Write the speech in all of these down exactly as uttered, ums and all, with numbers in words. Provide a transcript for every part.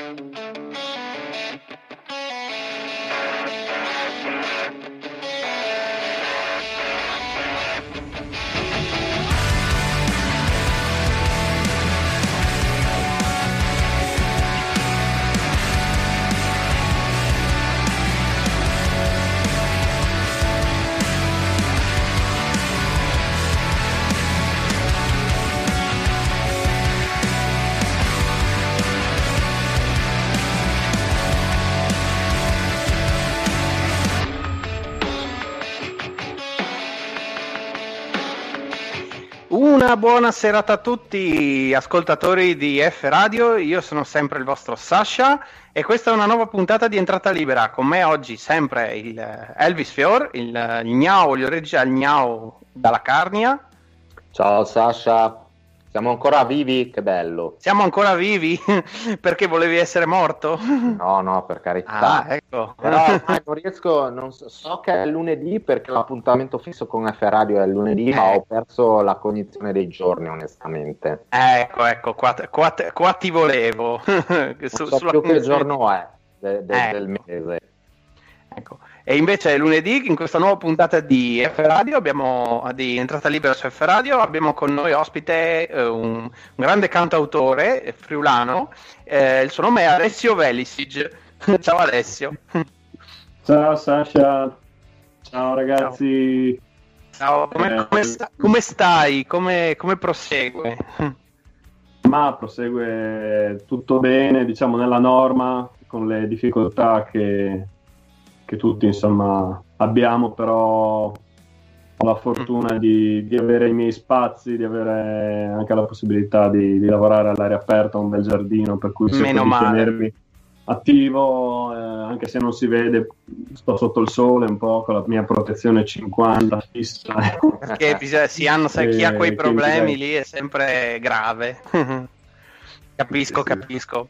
Una buona serata a tutti ascoltatori di F Radio, io sono sempre il vostro Sasha e questa è una nuova puntata di Entrata Libera. Con me oggi sempre il Elvis Fior, il, il Gnao, il Reggia Gnao dalla Carnia. Ciao Sasha, siamo ancora vivi? Che bello. Siamo ancora vivi? Perché volevi essere morto? No, no, per carità. Ah, ecco. Però ormai non riesco, non so, so che è lunedì perché l'appuntamento fisso con F Radio è il lunedì, eh. ma ho perso la cognizione dei giorni, onestamente. Ecco, ecco, qua, qua, qua ti volevo. Non Su, so più che giorno è de, de, ecco. del mese. Ecco. E invece lunedì in questa nuova puntata di F Radio abbiamo di Entrata Libera su F Radio abbiamo con noi ospite eh, un, un grande cantautore friulano, eh, il suo nome è Alessio Velisic. Ciao Alessio. Ciao Sasha, ciao ragazzi. Ciao, come, eh, come, sta, come stai? Come, come prosegue? Ma prosegue tutto bene, diciamo nella norma, con le difficoltà che che tutti insomma abbiamo, però ho la fortuna di, di avere i miei spazi, di avere anche la possibilità di, di lavorare all'aria aperta, un bel giardino, per cui cerco di tenermi attivo, eh, anche se non si vede, sto sotto il sole un po' con la mia protezione cinquanta fissa. Perché bisogna, si hanno, sai, chi ha quei problemi lì è sempre grave. Capisco, sì, sì. capisco.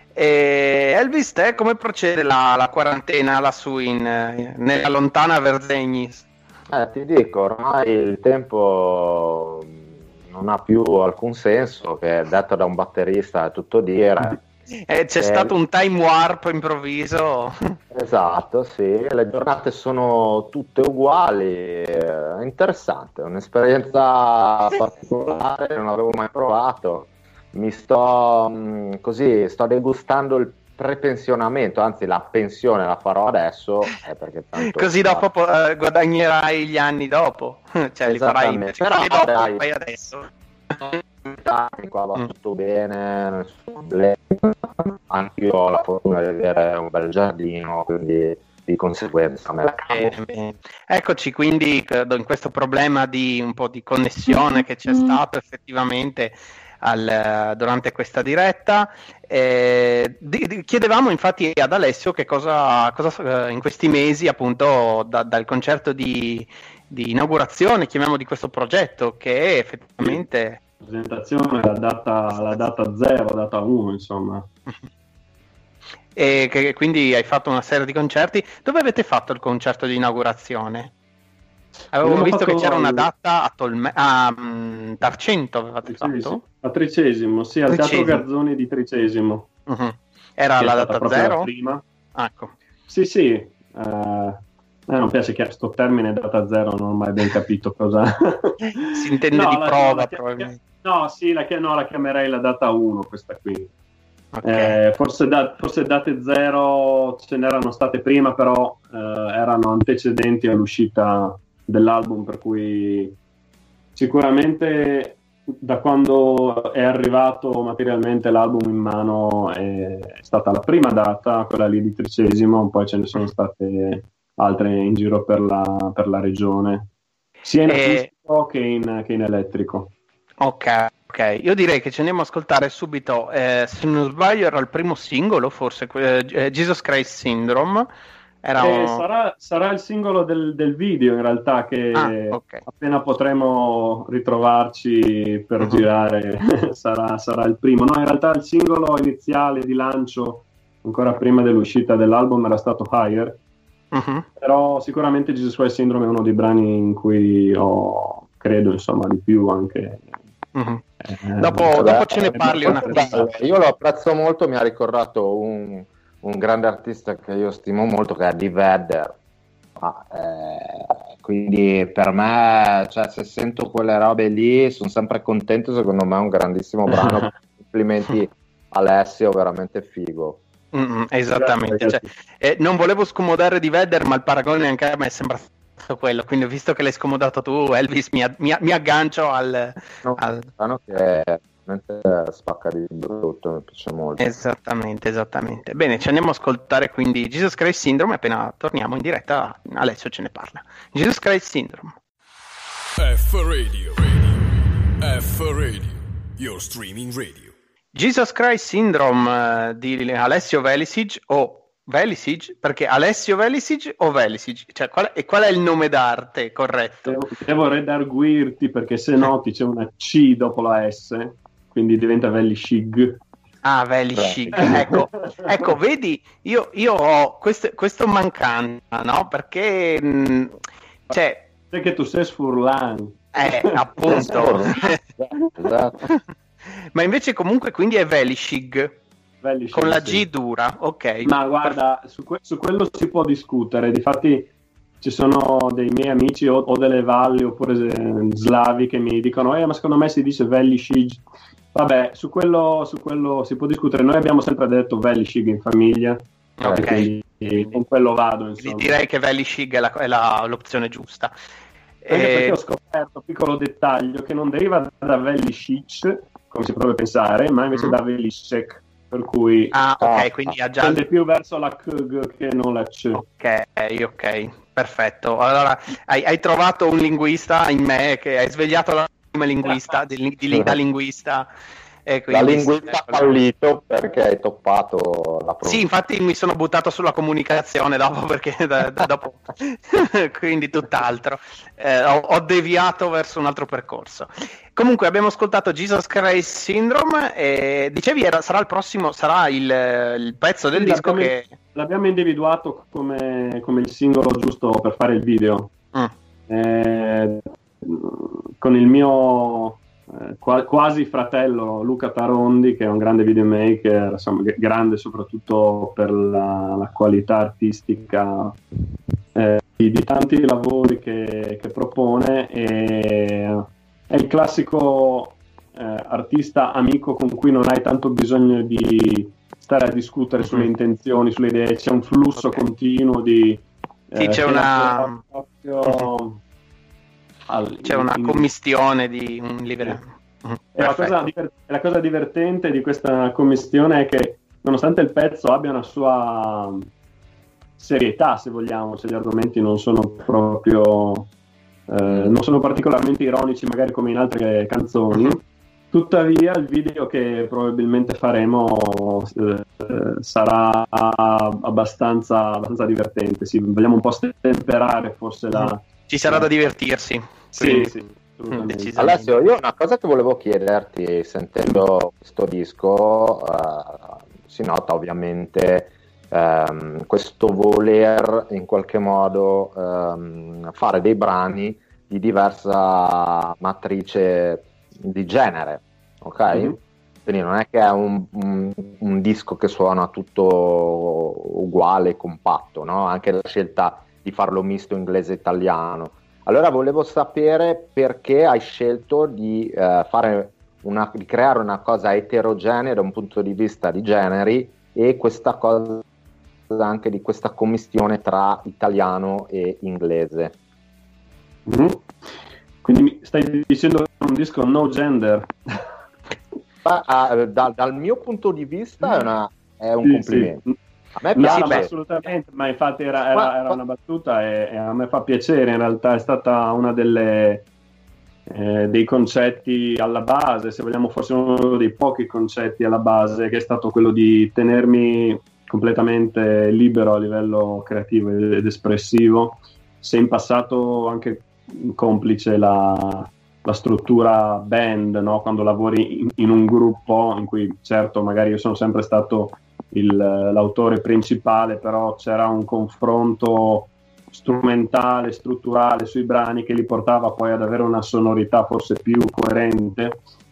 E Elvis, te come procede la, la quarantena lassù in, nella lontana Verzegnis? Eh, ti dico, ormai il tempo non ha più alcun senso, che detto da un batterista è tutto dire. Eh, c'è eh, stato un time warp improvviso. Esatto, sì, le giornate sono tutte uguali, è interessante, è un'esperienza particolare, non avevo mai provato. Mi sto mh, così sto degustando il prepensionamento, anzi la pensione la farò adesso, eh, perché tanto così dopo po- uh, guadagnerai gli anni dopo, cioè li farai, però li dopo, dai, fai adesso. Qua va tutto bene, anche io ho la fortuna di avere un bel giardino, quindi di conseguenza me la cavo. Eh, eccoci quindi in questo problema di un po' di connessione che c'è stato effettivamente Al, durante questa diretta. Eh, di, di, chiedevamo infatti ad Alessio che cosa, cosa in questi mesi appunto da, dal concerto di, di inaugurazione, chiamiamo, di questo progetto che effettivamente la presentazione la data, la data zero, data uno insomma. E che quindi hai fatto una serie di concerti. Dove avete fatto il concerto di inaugurazione? Avevo Abbiamo visto che c'era una il... data a, Tolme... a um, Tarcento, avevate fatto? A Tricesimo, sì, al Teatro Garzoni di Tricesimo. Uh-huh. Era che la data zero? La prima. Ah, ecco. Sì, sì. Uh, a me non piace che sto termine data zero, non ho mai ben capito cosa. Si intende no, di la, prova, la, probabilmente. No, sì, la, no, la chiamerei la data uno, questa qui. Okay. Eh, forse, da, forse date zero ce n'erano state prima, però eh, erano antecedenti all'uscita dell'album, per cui sicuramente da quando è arrivato materialmente l'album in mano è stata la prima data, quella lì di Tricesimo, poi ce ne sono state altre in giro per la, per la regione, sia in acustico e... che, in, che in elettrico. Ok, ok, io direi che ci andiamo a ascoltare subito, eh, se non sbaglio era il primo singolo forse, eh, Jesus Christ Syndrome. Era eh, un... sarà, sarà il singolo del, del video in realtà, che ah, okay. appena potremo ritrovarci per uh-huh. girare sarà, sarà il primo. No, in realtà il singolo iniziale di lancio, ancora prima dell'uscita dell'album, era stato Higher, uh-huh. però sicuramente Jesus Christ Syndrome è uno dei brani in cui ho, credo insomma di più anche Mm-hmm. Eh, dopo, vabbè, dopo ce ne parli un attimo. Io lo apprezzo molto, mi ha ricordato un, un grande artista che io stimo molto, che è Eddie Vedder. Ah, eh, quindi per me, cioè, se sento quelle robe lì sono sempre contento, secondo me è un grandissimo brano. Complimenti Alessio, veramente figo. Mm, esattamente, cioè, eh, non volevo scomodare di Vedder, ma il paragone anche a me sembra quello, quindi visto che l'hai scomodato tu, Elvis, mi, mi, mi aggancio al, no, al... che veramente spacca di brutto, mi piace molto. Esattamente, esattamente. Bene, ci andiamo a ascoltare quindi Jesus Christ Syndrome, appena torniamo in diretta Alessio ce ne parla. Jesus Christ Syndrome. F Radio, radio. F Radio, your streaming radio. Jesus Christ Syndrome uh, di Alessio Velisic o Velisic, perché Alessio Velisic o Velisic, cioè qual è, e qual è il nome d'arte corretto? Devo, devo redarguirti perché se noti c'è una C dopo la S, quindi diventa Velishig. Ah, Velishig, ecco, ecco, vedi, io, io ho questo, questo mancanza, no? Perché mh, cioè perché tu sei sfurlan. Eh, appunto. Esatto. Ma invece comunque quindi è Velishig. Velishig, con la G sì. dura, ok. Ma guarda, su, que- su quello si può discutere. Difatti ci sono dei miei amici o, o delle valli oppure eh, slavi che mi dicono eh ma secondo me si dice Velishig. Vabbè, su quello, su quello si può discutere. Noi abbiamo sempre detto Velishig in famiglia, ok, quindi con quello vado, insomma. Direi che Velishig è, la, è la, l'opzione giusta. Anche e... perché ho scoperto, piccolo dettaglio, che non deriva da Velishig, come si potrebbe pensare, ma invece mm. da Velishek, per cui ah ok, quindi ha già tende più verso la K che non la C. Ok, ok, perfetto. Allora hai, hai trovato un linguista in me, che hai svegliato la linguista di, di, da linguista. E la linguista ha fallito perché hai toppato la prova. Sì, infatti mi sono buttato sulla comunicazione dopo, perché da, da, dopo quindi tutt'altro. Eh, ho, ho deviato verso un altro percorso. Comunque abbiamo ascoltato Jesus Christ Syndrome e dicevi era, sarà il prossimo, sarà il, il pezzo del sì, disco l'abbiamo, che... L'abbiamo individuato come, come il singolo giusto per fare il video. Mm. Eh, con il mio... Eh, quasi fratello Luca Tarondi, che è un grande videomaker, insomma, g- grande soprattutto per la, la qualità artistica eh, di, di tanti lavori che, che propone, e è il classico eh, artista amico con cui non hai tanto bisogno di stare a discutere sulle intenzioni, sulle idee, c'è un flusso okay. continuo di sì, eh, c'è una proprio Al, c'è una in... commistione di un livello. Mm, e la cosa, diver- la cosa divertente di questa commistione è che nonostante il pezzo abbia una sua serietà, se vogliamo, se gli argomenti non sono proprio eh, non sono particolarmente ironici magari come in altre canzoni, tuttavia il video che probabilmente faremo eh, sarà abbastanza, abbastanza divertente. Sì, vogliamo un po' stemperare forse la... Ci sarà da divertirsi. Sì, sì, Alessio, io una cosa che volevo chiederti, sentendo questo disco, uh, si nota ovviamente um, questo voler in qualche modo um, fare dei brani di diversa matrice di genere, ok? Mm-hmm. Quindi non è che è un, un, un disco che suona tutto uguale, compatto, no? Anche la scelta di farlo misto inglese-italiano. Allora volevo sapere perché hai scelto di, uh, fare una, di creare una cosa eterogenea da un punto di vista di generi, e questa cosa anche di questa commistione tra italiano e inglese. Mm-hmm. Quindi stai dicendo che è un disco no gender? Ma, uh, da, dal mio punto di vista è, una, è un sì, complimento. Sì. A me piace, no, no, assolutamente, ma infatti era, era, era una battuta e, e a me fa piacere. In realtà è stata una delle eh, dei concetti alla base, se vogliamo forse uno dei pochi concetti alla base, che è stato quello di tenermi completamente libero a livello creativo ed espressivo, se in passato anche complice la, la struttura band, no? Quando lavori in, in un gruppo in cui certo magari io sono sempre stato Il, l'autore principale, però c'era un confronto strumentale, strutturale sui brani che li portava poi ad avere una sonorità forse più coerente.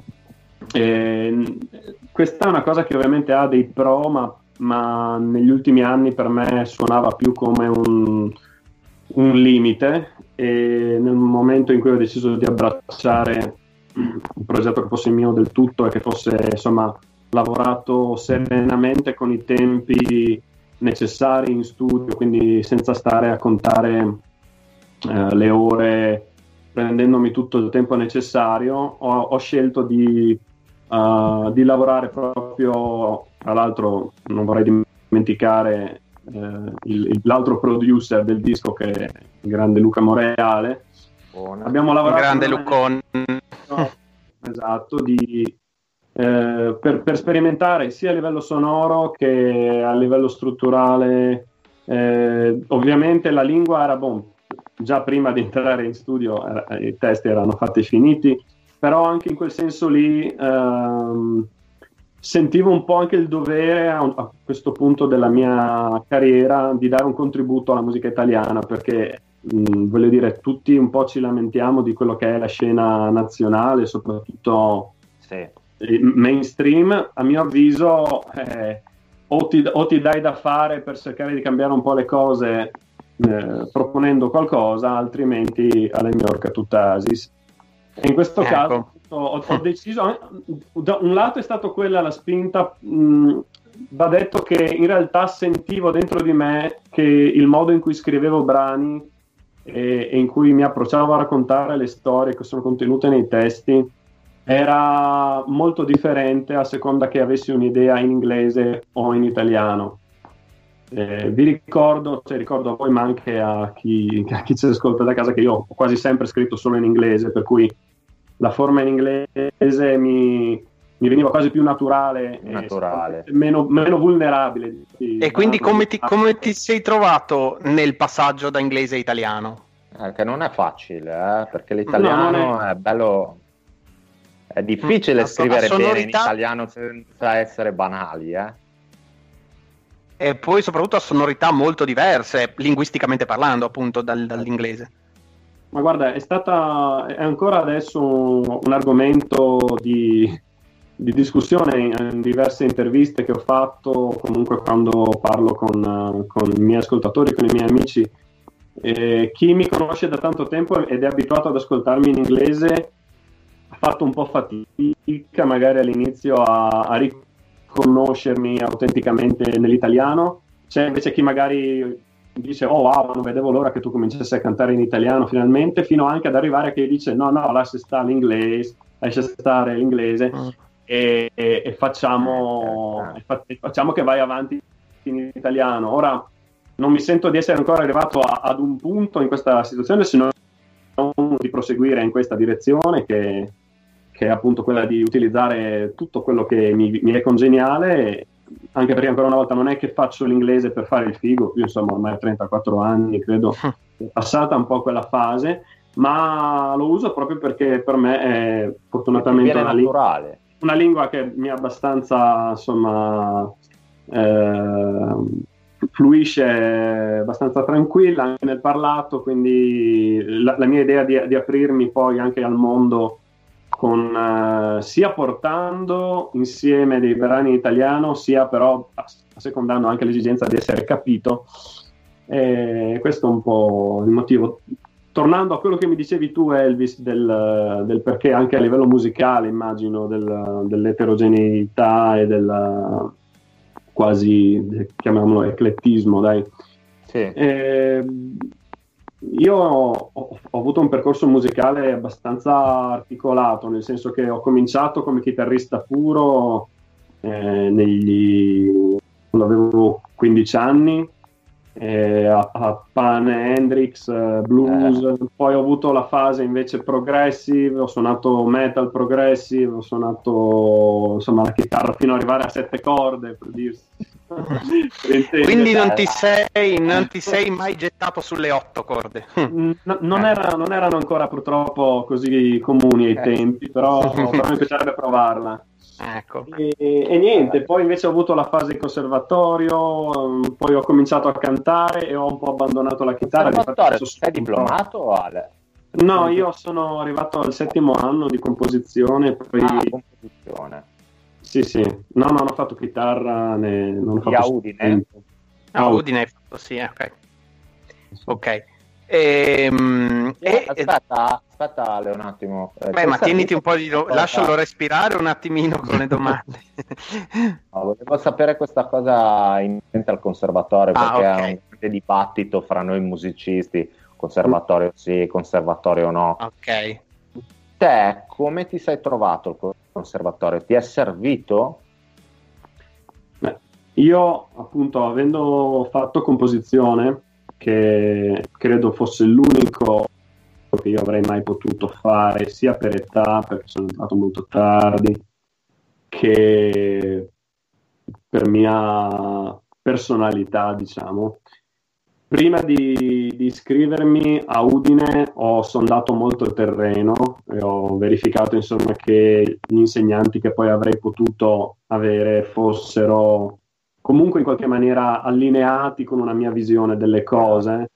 E questa è una cosa che ovviamente ha dei pro, ma, ma negli ultimi anni per me suonava più come un, un limite, e nel momento in cui ho deciso di abbracciare un progetto che fosse mio del tutto e che fosse insomma lavorato serenamente con i tempi necessari in studio, quindi senza stare a contare eh, le ore, prendendomi tutto il tempo necessario, ho, ho scelto di, uh, di lavorare proprio, tra l'altro non vorrei dimenticare eh, il, l'altro producer del disco, che è il grande Luca Moreale. Buona. Abbiamo lavorato grande Lucon. No, esatto, di, eh, per, per sperimentare sia a livello sonoro che a livello strutturale. Eh, ovviamente la lingua era bon, già prima di entrare in studio era, i testi erano fatti e finiti, però anche in quel senso lì ehm, sentivo un po' anche il dovere a, un, a questo punto della mia carriera di dare un contributo alla musica italiana, perché mh, voglio dire, tutti un po' ci lamentiamo di quello che è la scena nazionale, soprattutto sì. mainstream. A mio avviso eh, o, ti, o ti dai da fare per cercare di cambiare un po' le cose eh, proponendo qualcosa, altrimenti alle Miorca tuttasis. E in questo ecco. caso ho, ho deciso, da un lato è stato quella la spinta, mh, va detto che in realtà sentivo dentro di me che il modo in cui scrivevo brani e, e in cui mi approcciavo a raccontare le storie che sono contenute nei testi era molto differente a seconda che avessi un'idea in inglese o in italiano. Eh, vi ricordo, cioè ricordo a voi ma anche a chi, a chi ci ascolta da casa, che io ho quasi sempre scritto solo in inglese, per cui la forma in inglese mi, mi veniva quasi più naturale, naturale. E meno, meno vulnerabile. Di, e quindi come ti, come ti sei trovato nel passaggio da inglese a italiano? Eh, che non è facile, eh, perché l'italiano no, è... è bello, è difficile la, scrivere la sonorità... bene in italiano senza essere banali, eh. E poi soprattutto a sonorità molto diverse, linguisticamente parlando, appunto, dal, dall'inglese. Ma guarda, è stata, è ancora adesso un, un argomento di, di discussione in, in diverse interviste che ho fatto, comunque quando parlo con, con i miei ascoltatori, con i miei amici. Eh, chi mi conosce da tanto tempo ed è abituato ad ascoltarmi in inglese ha fatto un po' fatica magari all'inizio a, a riconoscermi autenticamente nell'italiano. C'è invece chi magari dice oh wow, non vedevo l'ora che tu cominciassi a cantare in italiano finalmente, fino anche ad arrivare a chi dice no no lascia stare l'inglese, lascia stare l'inglese mm. e, e, e, facciamo, e, fa, e facciamo che vai avanti in italiano. Ora non mi sento di essere ancora arrivato a, ad un punto in questa situazione, se non di proseguire in questa direzione che, che è appunto quella di utilizzare tutto quello che mi, mi è congeniale, anche perché ancora una volta non è che faccio l'inglese per fare il figo, io insomma ormai ho trentaquattro anni, credo è passata un po' quella fase, ma lo uso proprio perché per me è fortunatamente una lingua, una lingua che mi è abbastanza insomma eh, fluisce abbastanza tranquilla anche nel parlato, quindi la, la mia idea di, di aprirmi poi anche al mondo con uh, sia portando insieme dei brani in italiano, sia però assecondando anche l'esigenza di essere capito, e questo è un po' il motivo. Tornando a quello che mi dicevi tu, Elvis, del, del perché anche a livello musicale immagino del, dell'eterogeneità e del quasi, chiamiamolo eclettismo, dai. Sì. Eh, io ho, ho avuto un percorso musicale abbastanza articolato, nel senso che ho cominciato come chitarrista puro eh, negli, quando avevo quindici anni, eh, a, a Pan Hendrix, eh, blues, eh. Poi ho avuto la fase invece progressive, ho suonato metal progressive, ho suonato insomma la chitarra fino ad arrivare a sette corde, per dirsi. Quindi non ti sei non ti sei mai gettato sulle otto corde? No, non, era, non erano ancora purtroppo così comuni ai tempi, però, però mi piacerebbe provarla. Ecco. E, e niente, poi invece ho avuto la fase di conservatorio, poi ho cominciato a cantare e ho un po' abbandonato la chitarra. Conservatorio, sei diplomato Ale? No, io sono arrivato al settimo anno di composizione. Poi... Ah, composizione. Sì, sì. No, non ho fatto chitarra, né... non ho fatto... A Udine? A Udine hai fatto, sì, ok. Ok. Ehm, eh, e, aspetta, aspetta Ale, un attimo. Eh, beh, ma tieniti un po' di... Lo... Lascialo respirare un attimino con le domande. No, volevo sapere questa cosa in mente al conservatorio, ah, perché okay. è un grande dibattito fra noi musicisti, conservatorio sì, conservatorio no. Ok. Te come ti sei trovato il conservatorio? Ti è servito? Beh, io appunto avendo fatto composizione, che credo fosse l'unico che io avrei mai potuto fare, sia per età, perché sono entrato molto tardi, che per mia personalità, diciamo. Prima di, di iscrivermi a Udine ho sondato molto il terreno e ho verificato insomma che gli insegnanti che poi avrei potuto avere fossero comunque in qualche maniera allineati con una mia visione delle cose,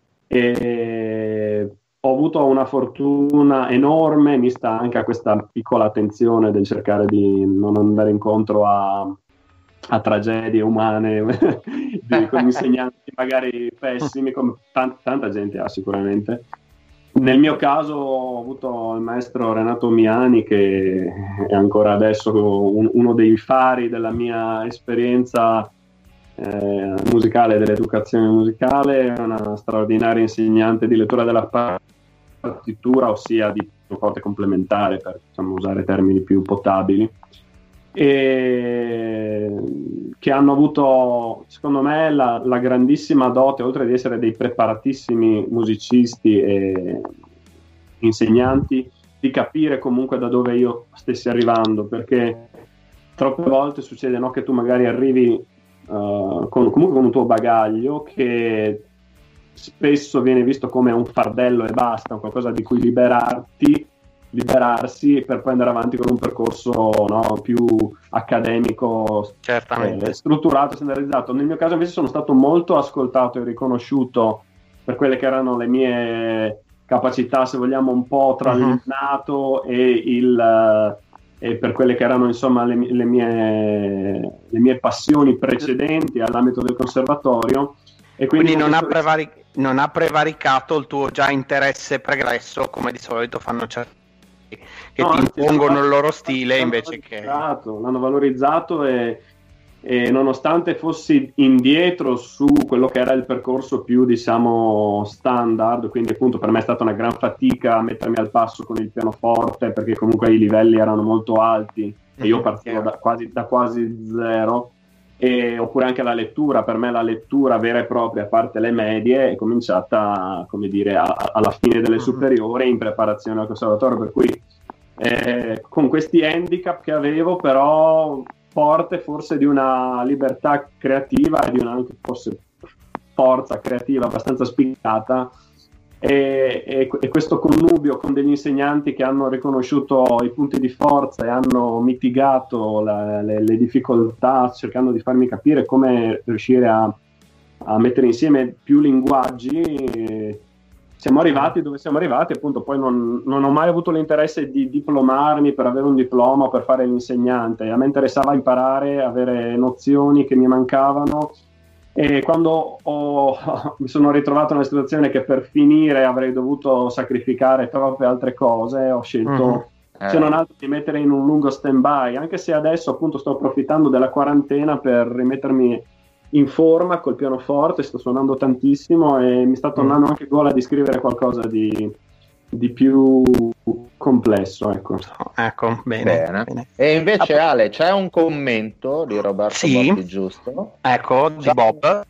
e ho avuto una fortuna enorme, mista anche a questa piccola attenzione del cercare di non andare incontro a a tragedie umane di, con insegnanti magari pessimi, come t- tanta gente ha sicuramente. Nel mio caso ho avuto il maestro Renato Miani, che è ancora adesso un, uno dei fari della mia esperienza eh, musicale, dell'educazione musicale, una straordinaria insegnante di lettura della partitura, ossia di forte complementare, per insomma, usare termini più potabili, e che hanno avuto secondo me la, la grandissima dote, oltre ad essere dei preparatissimi musicisti e insegnanti, di capire comunque da dove io stessi arrivando, perché troppe volte succede, no, che tu magari arrivi uh, con, comunque con un tuo bagaglio che spesso viene visto come un fardello e basta, qualcosa di cui liberarti liberarsi per poi andare avanti con un percorso, no, più accademico, certamente eh, strutturato, standardizzato. Nel mio caso invece sono stato molto ascoltato e riconosciuto per quelle che erano le mie capacità, se vogliamo, un po' tra uh-huh. il nato e il e per quelle che erano insomma le, le mie le mie passioni precedenti all'ambito del conservatorio, e quindi, quindi non, ha prevaric- non ha prevaricato il tuo già interesse pregresso, come di solito fanno certi che no, ti impongono il loro stile invece che l'hanno valorizzato, e, e nonostante fossi indietro su quello che era il percorso più, diciamo, standard, quindi appunto per me è stata una gran fatica mettermi al passo con il pianoforte, perché comunque i livelli erano molto alti e io partivo da quasi, da quasi zero, e, oppure anche la lettura, per me la lettura vera e propria, a parte le medie, è cominciata, come dire, a, alla fine delle superiori, in preparazione al conservatorio, per cui eh, con questi handicap che avevo, però forte forse di una libertà creativa e di una anche forse forza creativa abbastanza spiccata, e, e, e questo connubio con degli insegnanti che hanno riconosciuto i punti di forza e hanno mitigato la, le, le difficoltà, cercando di farmi capire come riuscire a, a mettere insieme più linguaggi, e siamo arrivati dove siamo arrivati. Appunto poi non, non ho mai avuto l'interesse di diplomarmi per avere un diploma o per fare l'insegnante. A me interessava imparare, avere nozioni che mi mancavano, e quando ho, mi sono ritrovato in una situazione che per finire avrei dovuto sacrificare troppe altre cose, ho scelto uh-huh. eh. se non altro di mettere in un lungo stand-by, anche se adesso appunto sto approfittando della quarantena per rimettermi in forma col pianoforte, sto suonando tantissimo e mi sta tornando anche gola di scrivere qualcosa di, di più complesso, ecco. Ecco, bene, bene. bene. E invece Ale, c'è un commento di Roberto sì. Botti, giusto? Ecco, di Ciao. Bob.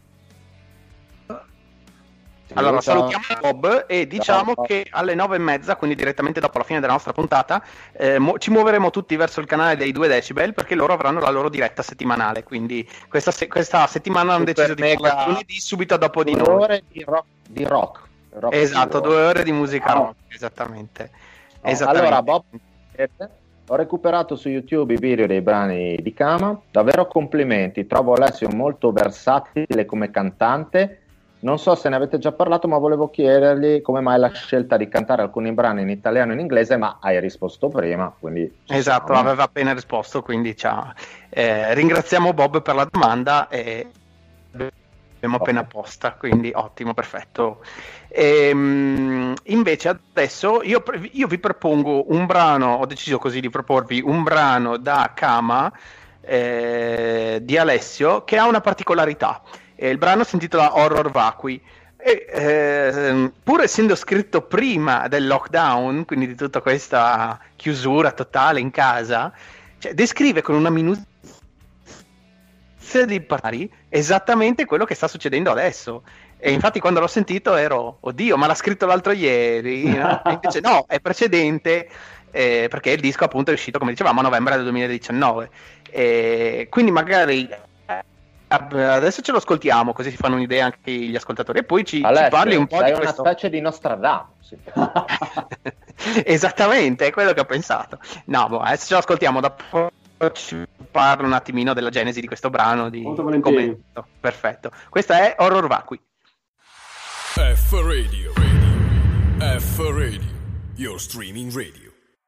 Allora Ciao. salutiamo Bob e diciamo Ciao. che alle nove e mezza, quindi direttamente dopo la fine della nostra puntata, eh, mo- ci muoveremo tutti verso il canale dei due decibel, perché loro avranno la loro diretta settimanale, quindi questa, se- questa settimana hanno deciso di fare lunedì subito dopo di noi. Due ore di rock, di rock, rock esatto, di due ore di musica oh. rock, esattamente. Oh, esattamente. Allora Bob, ho recuperato su YouTube i video dei brani di Kama, davvero complimenti, trovo Alessio molto versatile come cantante Non so se ne avete già parlato, ma volevo chiedergli come mai la scelta di cantare alcuni brani in italiano e in inglese, ma hai risposto prima, quindi... Esatto, siamo. Aveva appena risposto, quindi ciao. Eh, ringraziamo Bob per la domanda e abbiamo oh. appena posta, quindi ottimo, perfetto. E, invece adesso io, io vi propongo un brano, ho deciso così di proporvi un brano da Kama eh, di Alessio che ha una particolarità. Il brano si intitola Horror Vacui e eh, pur essendo scritto prima del lockdown, quindi di tutta questa chiusura totale in casa, cioè, descrive con una minuzia di pari esattamente quello che sta succedendo adesso. E infatti quando l'ho sentito ero, oddio, ma l'ha scritto l'altro ieri, no? E invece no, è precedente, eh, perché il disco appunto è uscito, come dicevamo, a novembre del duemiladiciannove. E quindi magari... adesso ce lo ascoltiamo, così si fanno un'idea anche gli ascoltatori e poi ci, Alessio, ci parli un po' sei di una questo... specie di Nostradamus. Esattamente, è quello che ho pensato. No, boh, adesso ce lo ascoltiamo, dopo ci parlo un attimino della genesi di questo brano, di commento. Perfetto, questa è Horror Vacui. F Radio, radio. F Radio, your streaming radio.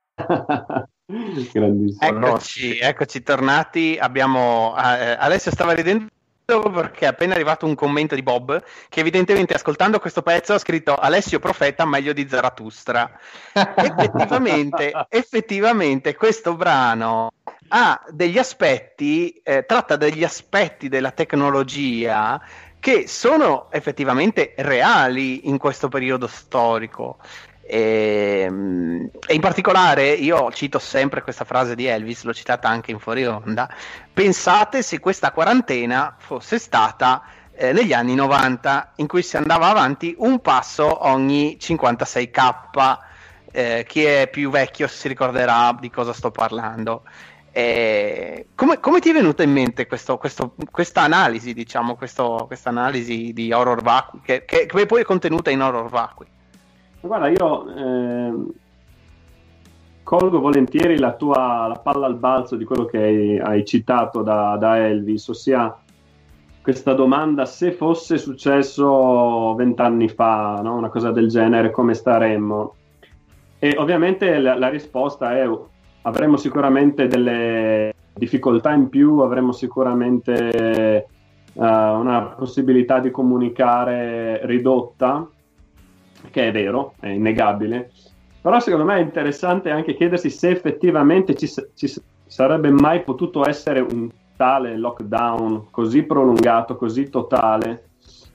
Eccoci, eccoci tornati. Abbiamo eh, Alessio stava ridendo perché è appena arrivato un commento di Bob che evidentemente ascoltando questo pezzo ha scritto Alessio profeta meglio di Zarathustra. effettivamente, effettivamente questo brano ha degli aspetti, eh, tratta degli aspetti della tecnologia che sono effettivamente reali in questo periodo storico. E, e in particolare io cito sempre questa frase di Elvis, l'ho citata anche in fuori onda: pensate se questa quarantena fosse stata eh, negli anni novanta, in cui si andava avanti un passo ogni cinquantasei k. Eh, chi è più vecchio si ricorderà di cosa sto parlando. Eh, come, come ti è venuta in mente questo, questo, questa analisi, diciamo, questo, questa analisi di Horror Vacui che, che, che poi è contenuta in Horror Vacui? Guarda, io eh, colgo volentieri la tua la palla al balzo di quello che hai, hai citato da, da Elvis, ossia questa domanda: se fosse successo vent'anni fa, no? Una cosa del genere, come staremmo? E ovviamente la, la risposta è: avremmo sicuramente delle difficoltà in più, avremmo sicuramente uh, una possibilità di comunicare ridotta, che è vero, è innegabile, però secondo me è interessante anche chiedersi se effettivamente ci, ci sarebbe mai potuto essere un tale lockdown così prolungato, così totale,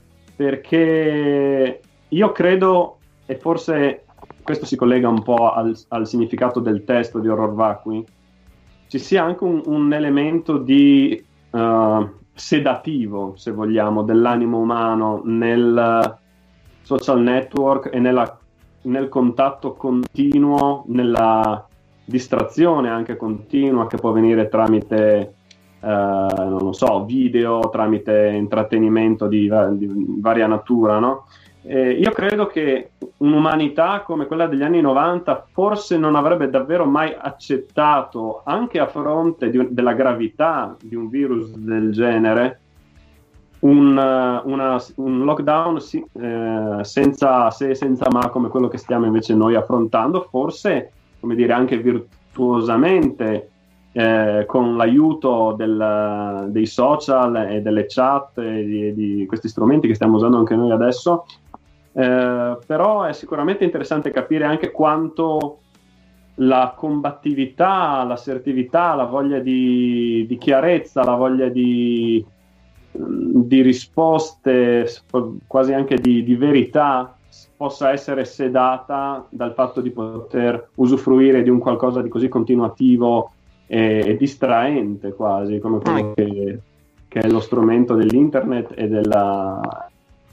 perché io credo, e forse questo si collega un po' al, al significato del testo di Horror Vacui, ci sia anche un, un elemento di uh, sedativo, se vogliamo, dell'animo umano nel social network e nella, nel contatto continuo, nella distrazione anche continua che può venire tramite, eh, non lo so, video, tramite intrattenimento di, di varia natura, no? Eh, io credo che un'umanità come quella degli anni novanta forse non avrebbe davvero mai accettato, anche a fronte di, della gravità di un virus del genere, Un, una, un lockdown sì, eh, senza se senza ma come quello che stiamo invece noi affrontando, forse, come dire, anche virtuosamente, eh, con l'aiuto del, dei social e delle chat e di, di questi strumenti che stiamo usando anche noi adesso, eh, però è sicuramente interessante capire anche quanto la combattività, l'assertività, la voglia di, di chiarezza, la voglia di di risposte, quasi anche di, di verità, possa essere sedata dal fatto di poter usufruire di un qualcosa di così continuativo e, e distraente quasi, come quello che, che è lo strumento dell'internet e della,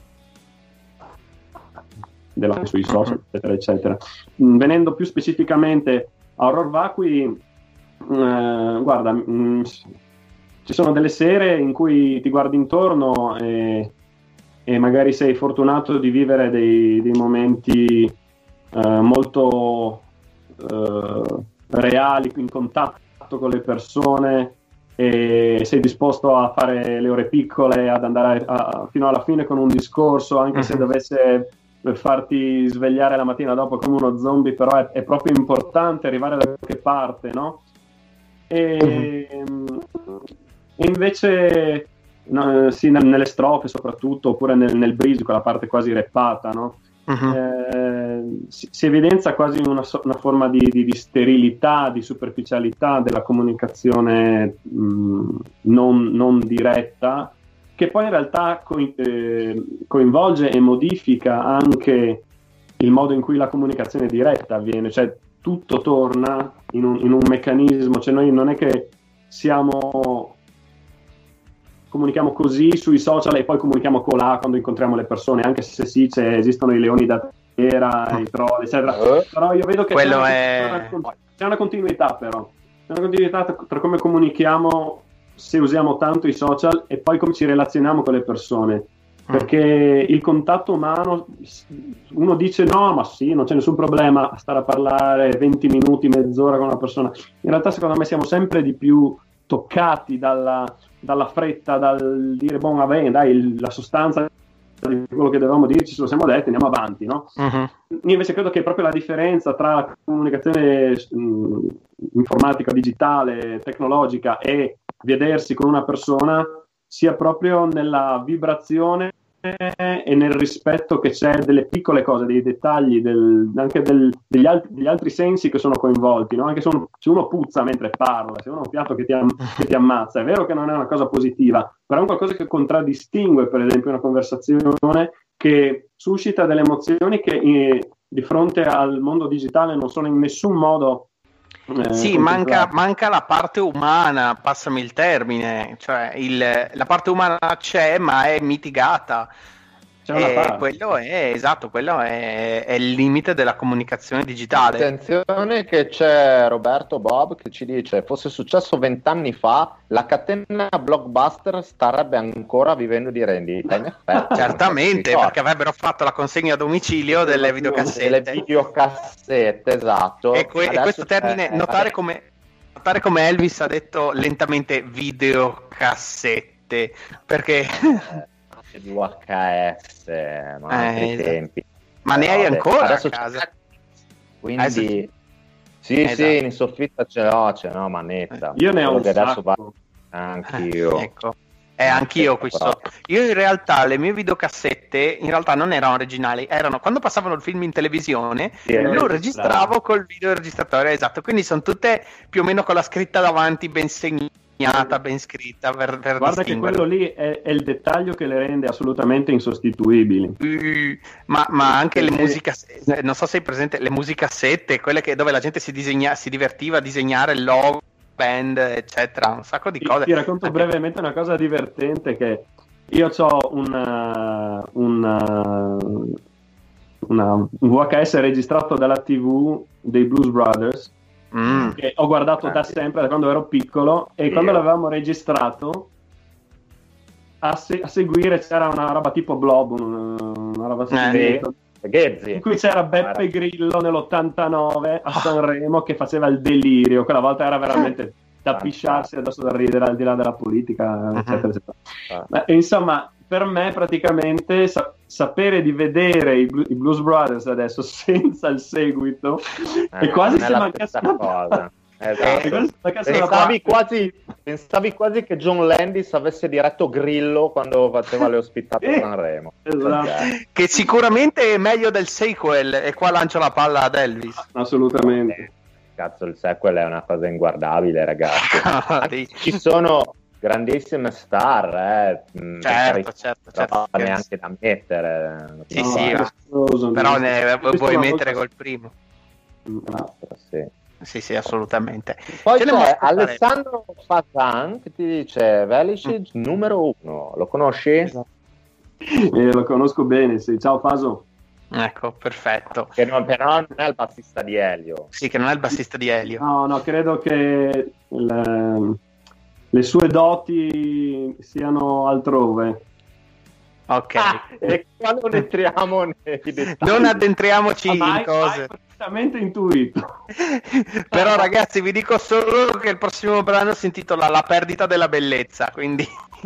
della sui social, eccetera, eccetera. Venendo più specificamente a Horror Vacui, eh, guarda, mh, ci sono delle sere in cui ti guardi intorno e, e magari sei fortunato di vivere dei, dei momenti eh, molto eh, reali, in contatto con le persone, e sei disposto a fare le ore piccole, ad andare a, a, fino alla fine con un discorso, anche uh-huh. se dovesse farti svegliare la mattina dopo come uno zombie, però è, è proprio importante arrivare da qualche parte, no? E, uh-huh. e invece no, sì, nelle strofe soprattutto, oppure nel, nel bridge, quella parte quasi rappata, no? Uh-huh. Eh, si, si evidenzia quasi una, una forma di, di, di sterilità, di superficialità della comunicazione mh, non, non diretta, che poi in realtà co- eh, coinvolge e modifica anche il modo in cui la comunicazione diretta avviene, cioè tutto torna in un, in un meccanismo, cioè noi non è che siamo comunichiamo così sui social e poi comunichiamo colà quando incontriamo le persone, anche se sì, c'è, esistono i leoni da fiera, i troll, eccetera. Però io vedo che c'è una, è... una, c'è una continuità, però. C'è una continuità tra, tra come comunichiamo se usiamo tanto i social e poi come ci relazioniamo con le persone. Perché il contatto umano, uno dice no, ma sì, non c'è nessun problema a stare a parlare venti minuti, mezz'ora con una persona. In realtà secondo me siamo sempre di più toccati dalla, dalla fretta, dal dire, boh, va bene, dai, la sostanza di quello che dovevamo dirci ce lo siamo detti, andiamo avanti, no? Uh-huh. Io invece credo che proprio la differenza tra la comunicazione mh, informatica, digitale, tecnologica e vedersi con una persona sia proprio nella vibrazione e nel rispetto che c'è delle piccole cose, dei dettagli, del, anche del, degli, alt- degli altri sensi che sono coinvolti, no? Anche se uno, se uno puzza mentre parla, se uno ha un piatto che ti, am- che ti ammazza, è vero che non è una cosa positiva, però è un qualcosa che contraddistingue, per esempio, una conversazione che suscita delle emozioni che eh, di fronte al mondo digitale non sono in nessun modo Eh, sì, manca, manca la parte umana, passami il termine, cioè il, la parte umana c'è ma è mitigata. E quello è esatto, quello è, è il limite della comunicazione digitale. Attenzione che c'è Roberto Bob che ci dice: fosse successo vent'anni fa la catena Blockbuster starebbe ancora vivendo di rendita. In effetti, certamente, perché avrebbero fatto la consegna a domicilio delle videocassette. Delle videocassette, esatto. E, que- e questo termine, notare come, notare come Elvis ha detto lentamente videocassette, perché di U H S, ma altri eh, tempi. Ma ne hai ancora adesso a casa? C'è... Quindi adesso... sì, esatto. Sì, in soffitta ce l'ho, ce l'ho manetta. Io ne ho un adesso sacco. Anch'io. Eh, ecco. Eh, anch'io qui sotto. Io in realtà le mie videocassette in realtà non erano originali, erano quando passavano il film in televisione, sì, lo registravo col videoregistratore, esatto, quindi sono tutte più o meno con la scritta davanti ben segnata, ben scritta per, per guarda che quello lì è, è il dettaglio che le rende assolutamente insostituibili. Uh, ma, ma anche le musiche, non so se hai presente le musicassette, quelle che, dove la gente si, disegna, si divertiva a disegnare il logo band, eccetera, un sacco di cose. Ti racconto anche brevemente una cosa divertente, che io ho una, una, una, un V H S registrato dalla tivù dei Blues Brothers, mm. che ho guardato ah, da sempre, da quando ero piccolo, e io. Quando l'avevamo registrato a, se- a seguire c'era una roba tipo Blob, una, una roba eh, sì. in cui c'era Beppe Grillo nell'ottantanove a Sanremo che faceva il delirio. Quella volta era veramente da pisciarsi addosso da ridere, al di là della politica, eccetera, eccetera. Ma, insomma, per me praticamente sa- sapere di vedere i, Blu- i Blues Brothers adesso senza il seguito eh, è quasi se mancasse una cosa. Esatto. Pensavi, quasi, pensavi quasi che John Landis avesse diretto Grillo quando faceva le ospitate a Sanremo. Esatto. Che sicuramente è meglio del sequel, e qua lancio la palla ad Elvis. Assolutamente. Eh, cazzo, il sequel è una cosa inguardabile, ragazzi. Ci sono grandissime star, eh. certo, certo, certo, neanche da mettere. Sì, no, sì, ma... però ne vuoi mettere col primo. No, sì. Sì, sì, assolutamente. Poi c'è Alessandro Fazan che ti dice Velicic mm. numero uno, lo conosci? Esatto. Eh, lo conosco bene, sì. Ciao Faso. Ecco, perfetto. Che non, però non è il bassista di Elio. Sì, che non è il bassista di Elio. No, no, credo che le, le sue doti siano altrove. Ok. Ah, e qua non entriamo nei dettagli. Non addentriamoci Ah, in cose. Hai perfettamente intuito. Però ragazzi, vi dico solo che il prossimo brano si intitola La perdita della bellezza, quindi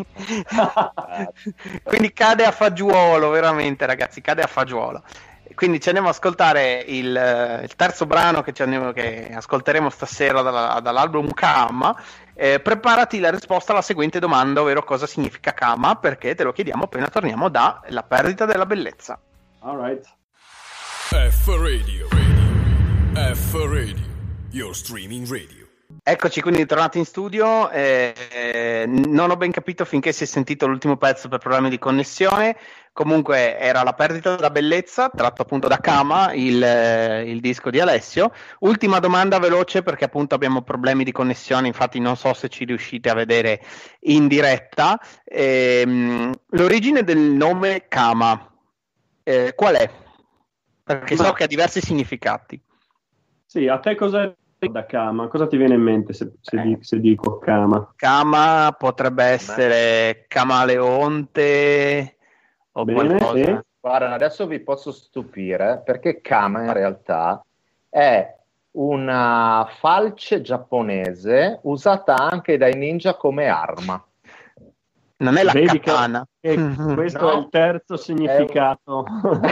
quindi cade a fagiolo, veramente ragazzi, cade a fagiolo. Quindi ci andiamo ad ascoltare il, il terzo brano che, ci andiamo, che ascolteremo stasera dalla, dall'album Kama. Eh, preparati la risposta alla seguente domanda, ovvero cosa significa Kama, perché te lo chiediamo appena torniamo da La perdita della bellezza. All right. F Radio, Radio, F Radio, your streaming radio. Eccoci quindi tornati in studio. Eh, eh, non ho ben capito finché si è sentito l'ultimo pezzo per problemi di connessione. Comunque era La perdita della bellezza, tratto appunto da Kama, il, eh, il disco di Alessio. Ultima domanda veloce perché appunto abbiamo problemi di connessione, infatti non so se ci riuscite a vedere in diretta. Ehm, l'origine del nome Kama, eh, qual è? Perché so che ha diversi significati. Sì, a te cosa da Kama? Cosa ti viene in mente se, se, Eh. di, se dico Kama? Kama potrebbe essere camaleonte o Bene, qualcosa. sì. Guarda, adesso vi posso stupire perché Kama in realtà è una falce giapponese usata anche dai ninja come arma. Non è la Vedi che- katana. E questo No. è il terzo significato.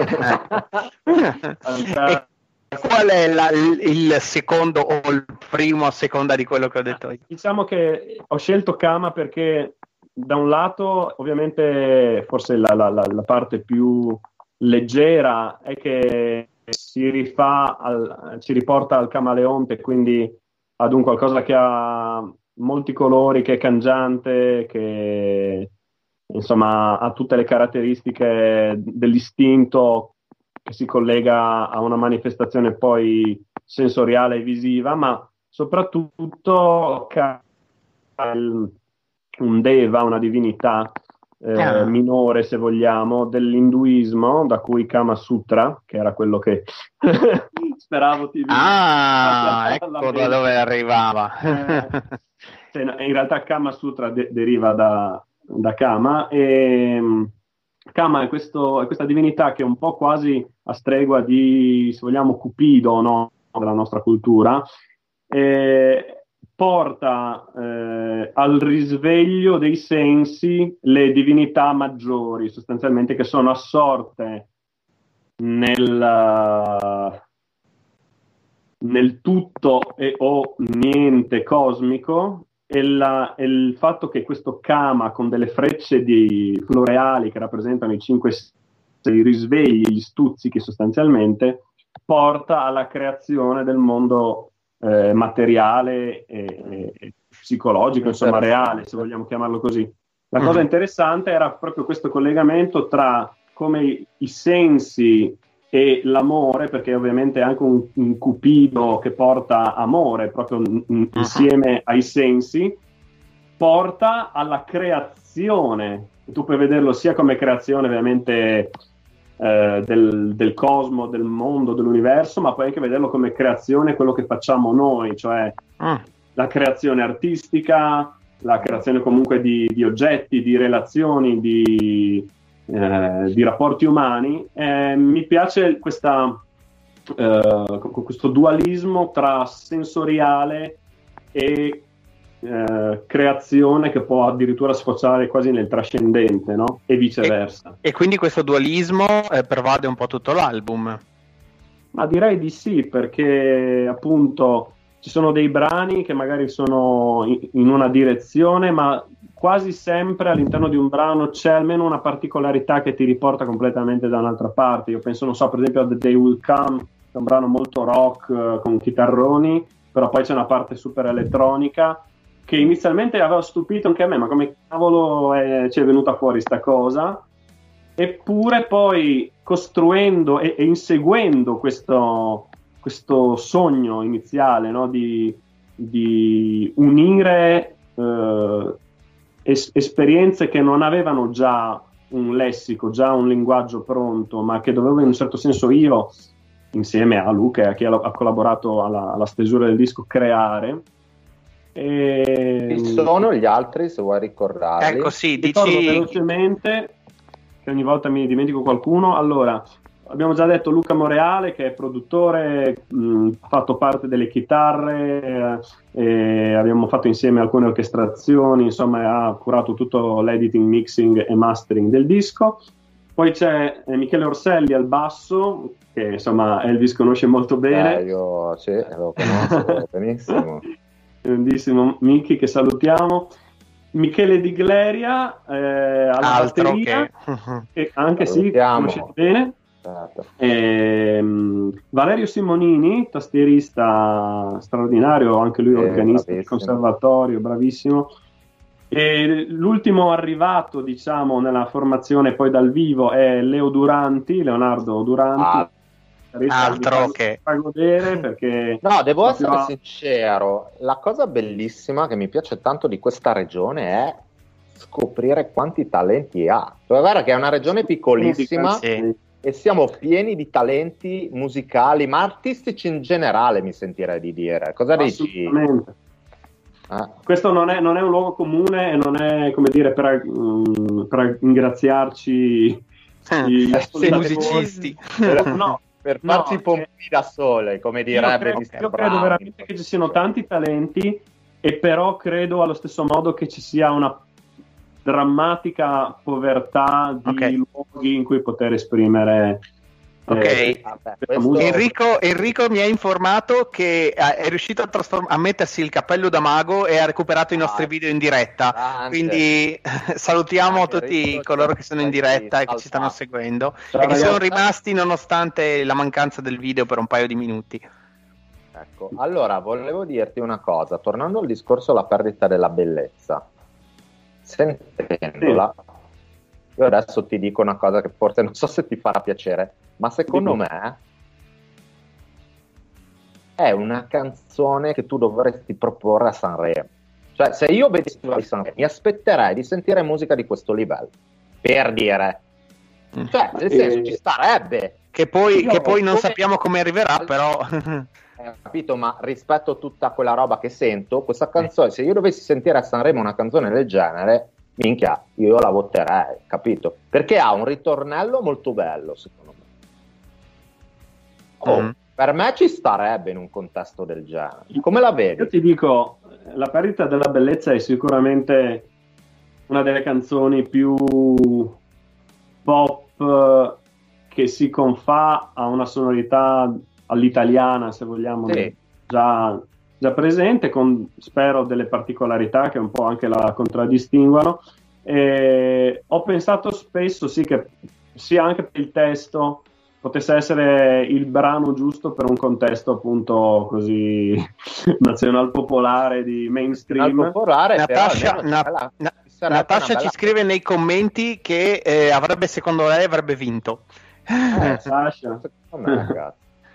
E qual è la- il, il secondo o il primo a seconda di quello che ho detto io? Diciamo che ho scelto Kama perché da un lato ovviamente forse la, la- la- la parte più leggera è che si rifà al- ci riporta al camaleonte, quindi ad un qualcosa che ha molti colori, che è cangiante, che insomma ha tutte le caratteristiche dell'istinto che si collega a una manifestazione poi sensoriale e visiva, ma soprattutto ca- il- un deva, una divinità eh, Ah. minore, se vogliamo, dell'induismo, da cui Kama Sutra, che era quello che speravo ti Ah, la- ecco la da mente. dove arrivava. Eh, Cioè, no, in realtà Kama Sutra de- deriva da, da Kama e mh, Kama è, questo, è questa divinità che è un po' quasi a stregua di, se vogliamo, Cupido, no? Della nostra cultura, e porta eh, al risveglio dei sensi le divinità maggiori, sostanzialmente, che sono assorte nel, nel tutto e o niente cosmico, e, la- e il fatto che questo Kama con delle frecce di floreali che rappresentano i cinque s- i risvegli, gli stuzzichi sostanzialmente, porta alla creazione del mondo eh, materiale e, e- e psicologico, insomma reale, se vogliamo chiamarlo così. La cosa Mhm. interessante era proprio questo collegamento tra come i, i sensi e l'amore, perché ovviamente è anche un, un cupido che porta amore proprio in- in- insieme ai sensi, porta alla creazione. Tu puoi vederlo sia come creazione ovviamente eh, del, del cosmo, del mondo, dell'universo, ma puoi anche vederlo come creazione quello che facciamo noi, cioè Mm. la creazione artistica, la creazione comunque di, di oggetti, di relazioni, di, eh, di rapporti umani. Eh, mi piace questa, eh, questo dualismo tra sensoriale e eh, creazione che può addirittura sfociare quasi nel trascendente, no? E viceversa. E quindi questo dualismo eh, pervade un po' tutto l'album. Ma direi di sì, perché appunto ci sono dei brani che magari sono in, in una direzione, ma quasi sempre all'interno di un brano c'è almeno una particolarità che ti riporta completamente da un'altra parte. Io penso, non so, per esempio a The Day Will Come, che è un brano molto rock eh, con chitarroni, però poi c'è una parte super elettronica che inizialmente aveva stupito anche a me, ma come cavolo è, ci è venuta fuori sta cosa? Eppure poi costruendo e, e inseguendo questo, questo sogno iniziale, no? di, di unire eh, es- esperienze che non avevano già un lessico, già un linguaggio pronto, ma che dovevo in un certo senso io, insieme a Luca e a chi ha, ha collaborato alla, alla stesura del disco, creare. E... Chi sono gli altri, se vuoi ricordarli? Ecco, sì, Ricordo dici... velocemente che ogni volta mi dimentico qualcuno. Allora, abbiamo già detto Luca Moreale, che è produttore, mh, ha fatto parte delle chitarre, eh, e abbiamo fatto insieme alcune orchestrazioni, insomma ha curato tutto l'editing, mixing e mastering del disco. Poi c'è eh, Michele Orselli al basso, che insomma Elvis conosce molto bene. Eh, io sì, lo conosco benissimo. Grandissimo Michi, che salutiamo. Michele Di Gleria eh, alla Altro batteria, che... che anche Salutiamo. sì, conoscete bene. Certo. Ehm, Valerio Simonini, tastierista straordinario, anche lui Eh, organista di bravissimo. conservatorio, bravissimo. E l'ultimo arrivato, diciamo, nella formazione poi dal vivo è Leo Duranti, Leonardo Duranti. Ah, altro che... fa godere perché No, devo proprio essere a- sincero, la cosa bellissima che mi piace tanto di questa regione è scoprire quanti talenti ha. Cioè, guarda che è una regione piccolissima Sì. e siamo pieni di talenti musicali, ma artistici in generale, mi sentirei di dire. Cosa dici? Assolutamente. Eh? Questo non è, non è un luogo comune e non è, come dire, per, mm, per ingraziarci gli Sei ascoltatori. musicisti. No, Per no, farci i pompini eh, da sole, come io direbbe credo, mister io credo Brown. veramente che ci siano tanti talenti, e però credo allo stesso modo che ci sia una drammatica povertà di Ok. luoghi in cui poter esprimere Ok. eh, Vabbè, questa questo- musica. Enrico, Enrico mi ha informato che eh, è riuscito a, trasform- a mettersi il cappello da mago e ha recuperato i nostri Ah, video in diretta. grande. Quindi salutiamo Ah, tutti Enrico, coloro che sono in diretta e che salta. ci stanno seguendo Ciao, e che sono ragazzi. rimasti nonostante la mancanza del video per un paio di minuti. Ecco, allora volevo dirti una cosa, tornando al discorso della perdita della bellezza, sentendola, io adesso ti dico una cosa che forse non so se ti farà piacere, ma secondo Dimmi. me è una canzone che tu dovresti proporre a Sanremo. Cioè, se io vedessi a Sanremo, mi aspetterei di sentire musica di questo livello, per dire, cioè, nel senso, Eh, ci starebbe. Che poi, Io che poi non come- sappiamo come arriverà, però... Eh, capito, ma rispetto a tutta quella roba che sento, questa canzone, se io dovessi sentire a Sanremo una canzone del genere, minchia, io la voterei, capito? Perché ha un ritornello molto bello, secondo me. Oh, Mm. per me ci starebbe in un contesto del genere. Come la Io vedi? ti dico, La perdita della bellezza è sicuramente una delle canzoni più pop eh, che si confà a una sonorità all'italiana, se vogliamo, Sì. già, già presente, con spero delle particolarità che un po' anche la contraddistinguono. E ho pensato spesso sì che sia anche per il testo potesse essere il brano giusto per un contesto appunto così nazional popolare di mainstream. Al popolare, Natascia, però, almeno Na- quella- Na- ci sarebbe Natascia una ci bella- scrive nei commenti che eh, avrebbe, secondo lei, avrebbe vinto. Eh, Sasha. secondo me, ragazzi.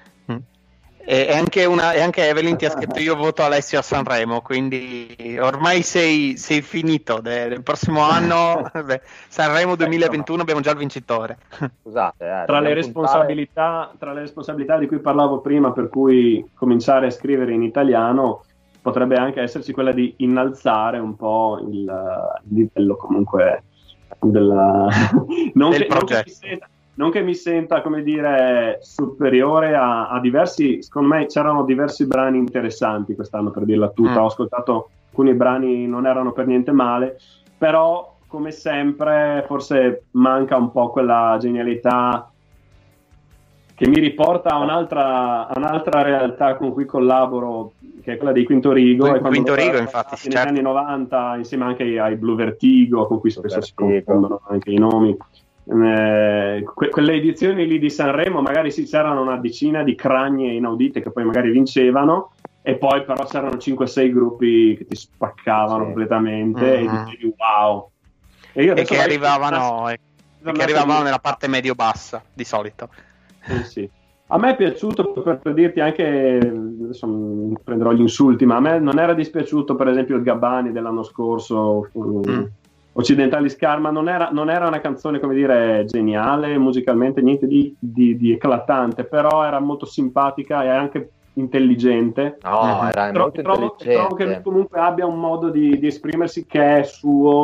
E e anche, una, e anche Evelyn ti ha scritto: io voto Alessio a Sanremo, quindi ormai sei, sei finito. De- del prossimo anno, beh, Sanremo duemilaventuno, abbiamo già il vincitore. Scusate, eh, Tra le, dobbiamo responsabilità, tra le responsabilità di cui parlavo prima, per cui cominciare a scrivere in italiano, potrebbe anche esserci quella di innalzare un po' il, il livello comunque della, non, Del che, non, che progetto. mi senta, non che mi senta, come dire, superiore a, a diversi, secondo me c'erano diversi brani interessanti quest'anno, per dirla tutta. Mm. Ho ascoltato alcuni brani, non erano per niente male, però come sempre forse manca un po' quella genialità che mi riporta a un'altra, a un'altra realtà con cui collaboro, che è quella dei Quinto Rigo. Quinto e quando Rigo, loro infatti, erano sì, negli certo. anni novanta, insieme anche ai, ai Blue Vertigo, con cui spesso si Vertigo. confondono anche i nomi. Eh, que- quelle edizioni lì di Sanremo magari sì, c'erano una decina di cragnie inaudite che poi magari vincevano, e poi però c'erano cinque sei gruppi che ti spaccavano Sì. completamente Mhm. e dicevi wow. E, io E adesso che magari- arrivavano, e che arrivavano nella parte medio-bassa, di solito. Sì, sì. A me è piaciuto, per, per dirti anche, adesso mm, prenderò gli insulti, ma a me non era dispiaciuto per esempio il Gabbani dell'anno scorso, um, Mm. Occidentali Scar, ma non era, non era una canzone, come dire, geniale musicalmente, niente di, di, di eclatante, però era molto simpatica e anche intelligente. No, Mhm. era Tro- molto trovo, trovo che lui intelligente. comunque abbia un modo di, di esprimersi che è suo, che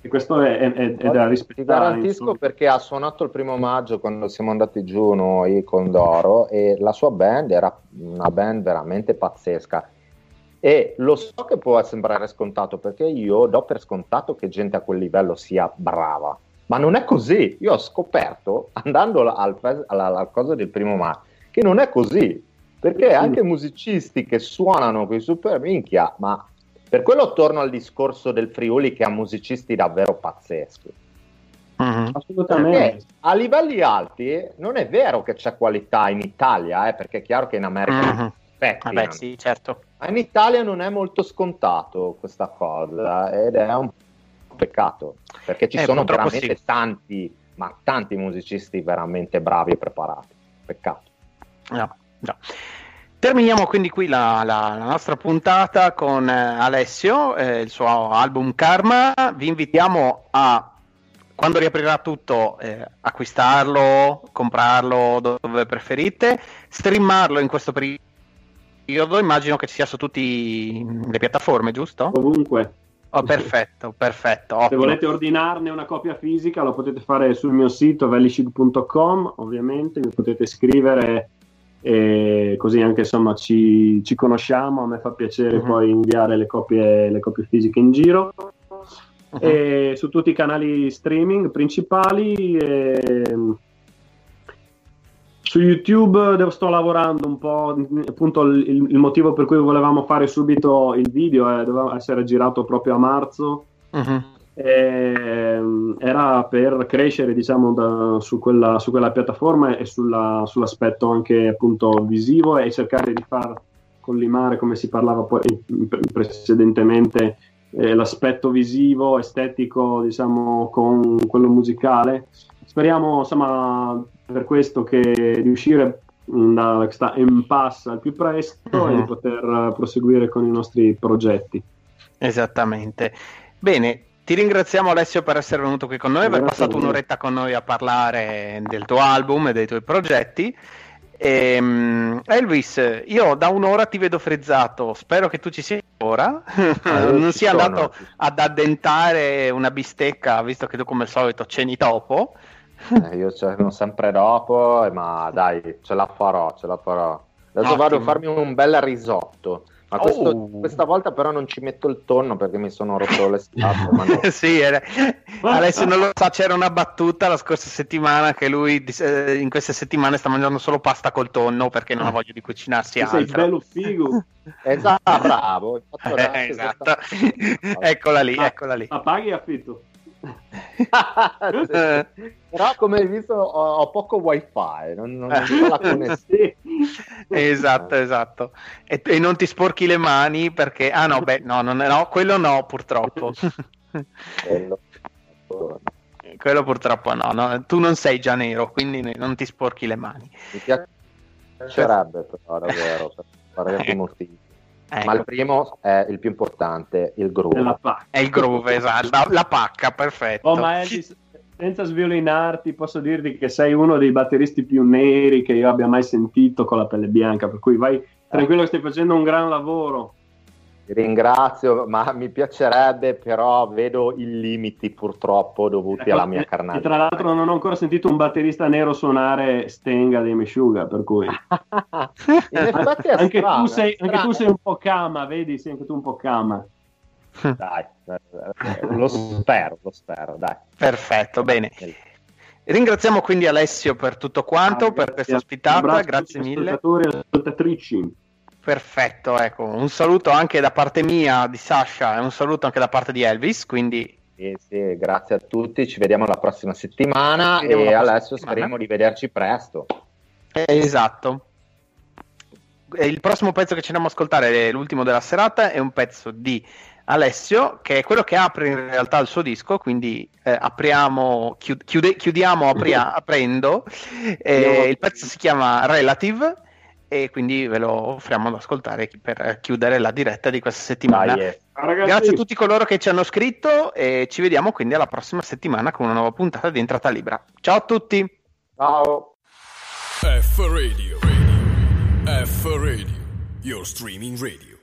questo è, è, è, è da rispettare. Ti garantisco, insomma, perché ha suonato il primo maggio quando siamo andati giù noi con Doro, e la sua band era una band veramente pazzesca. E lo so che può sembrare scontato, perché io do per scontato che gente a quel livello sia brava, ma non è così. Io ho scoperto, andando al, al, alla, alla cosa del primo maggio, che non è così, perché anche musicisti che suonano quei super minchia, ma per quello torno al discorso del Friuli, che ha musicisti davvero pazzeschi. Uh-huh. Assolutamente. Perché a livelli alti non è vero che c'è qualità in Italia, eh, perché è chiaro che in America uh-huh. Vabbè, sì, certo. Ma in Italia non è molto scontato questa cosa, ed è un peccato, perché ci eh, sono veramente sì. tanti, ma tanti musicisti veramente bravi e preparati. Peccato. No, no. Terminiamo quindi qui la, la, la nostra puntata con eh, Alessio, eh, il suo album Karma. Vi invitiamo a, quando riaprirà tutto, eh, acquistarlo, comprarlo dove preferite, streamarlo in questo periodo. Immagino che ci sia su tutte le piattaforme, giusto? Ovunque. Oh, perfetto, perfetto. Se ottimo. volete ordinarne una copia fisica lo potete fare sul mio sito velishig punto com, ovviamente mi potete scrivere, e così anche insomma ci, ci conosciamo. A me fa piacere uh-huh. poi inviare le copie, le copie fisiche in giro. Uh-huh. E su tutti i canali streaming principali. E su YouTube devo, sto lavorando un po', appunto il, il motivo per cui volevamo fare subito il video eh, doveva essere girato proprio a marzo, uh-huh. e, era per crescere, diciamo, da, su, quella, su quella piattaforma e sulla, sull'aspetto anche appunto visivo, e cercare di far collimare, come si parlava poi precedentemente, eh, l'aspetto visivo, estetico, diciamo, con quello musicale. Speriamo, insomma, per questo, che di uscire da questa impasse al più presto uh-huh. e di poter proseguire con i nostri progetti. Esattamente. Bene, ti ringraziamo Alessio per essere venuto qui con noi, aver passato un'oretta con noi a parlare del tuo album e dei tuoi progetti. E, um, Elvis, io da un'ora ti vedo frizzato, spero che tu ci sia ora, ah, non sia sono. andato ad addentare una bistecca, visto che tu come al solito ceni dopo. Eh, io ceno sempre dopo, ma dai, ce la farò, ce la farò. Adesso Ottimo. vado a farmi un bel risotto. Ma questo, oh. questa volta però non ci metto il tonno perché mi sono rotto le scatole. Ma no. Sì, era... Alessio non lo sa, c'era una battuta la scorsa settimana che lui eh, in queste settimane sta mangiando solo pasta col tonno perché non ha voglia di cucinarsi altro. Sei bello figo. Esatto, bravo. Eh, esatto. Eccola lì, eccola lì. Ma paghi affitto? Sì. Però come hai visto ho, ho poco wifi, non, non ho la connessione. Esatto, esatto. E, e non ti sporchi le mani perché ah no, beh, no, non è, no, quello no, purtroppo. Quello, quello purtroppo no, no, tu non sei già nero, quindi non ti sporchi le mani. Mi piacerebbe però davvero per fare motivi. Ecco. Ma il primo è il più importante, il groove. È, la pacca. È il groove, esatto, la, la pacca, perfetto. Oh, ma Elvis, senza sviolinarti, posso dirti che sei uno dei batteristi più neri che io abbia mai sentito con la pelle bianca, per cui vai tranquillo che stai facendo un gran lavoro. Ti ringrazio, ma mi piacerebbe, però vedo i limiti purtroppo dovuti ecco, alla mia carnalità. E tra l'altro non ho ancora sentito un batterista nero suonare Stenga dei Meshuggah, per cui in effetti è anche, strano, tu sei, è anche tu sei un po' cama, vedi? Sei anche tu un po' cama. Dai, lo spero, lo spero, dai. Perfetto, bene. Ringraziamo quindi Alessio per tutto quanto, ah, per questa ospitata, grazie mille. Ascoltatori e ascoltatrici. Perfetto, ecco, un saluto anche da parte mia, di Sasha, e un saluto anche da parte di Elvis, quindi... Sì, sì, grazie a tutti, ci vediamo la prossima settimana e prossima adesso settimana. Speriamo di vederci presto. Eh, esatto. Il prossimo pezzo che ci andiamo a ascoltare è l'ultimo della serata, è un pezzo di Alessio, che è quello che apre in realtà il suo disco, quindi eh, apriamo, chiude, chiudiamo apria, aprendo, eh, il pezzo si chiama Relative, e quindi ve lo offriamo ad ascoltare per chiudere la diretta di questa settimana. Dai, eh. Grazie a tutti coloro che ci hanno scritto e ci vediamo quindi alla prossima settimana con una nuova puntata di Entrata Libera. Ciao a tutti. Ciao. F Radio, radio. F Radio, your streaming radio.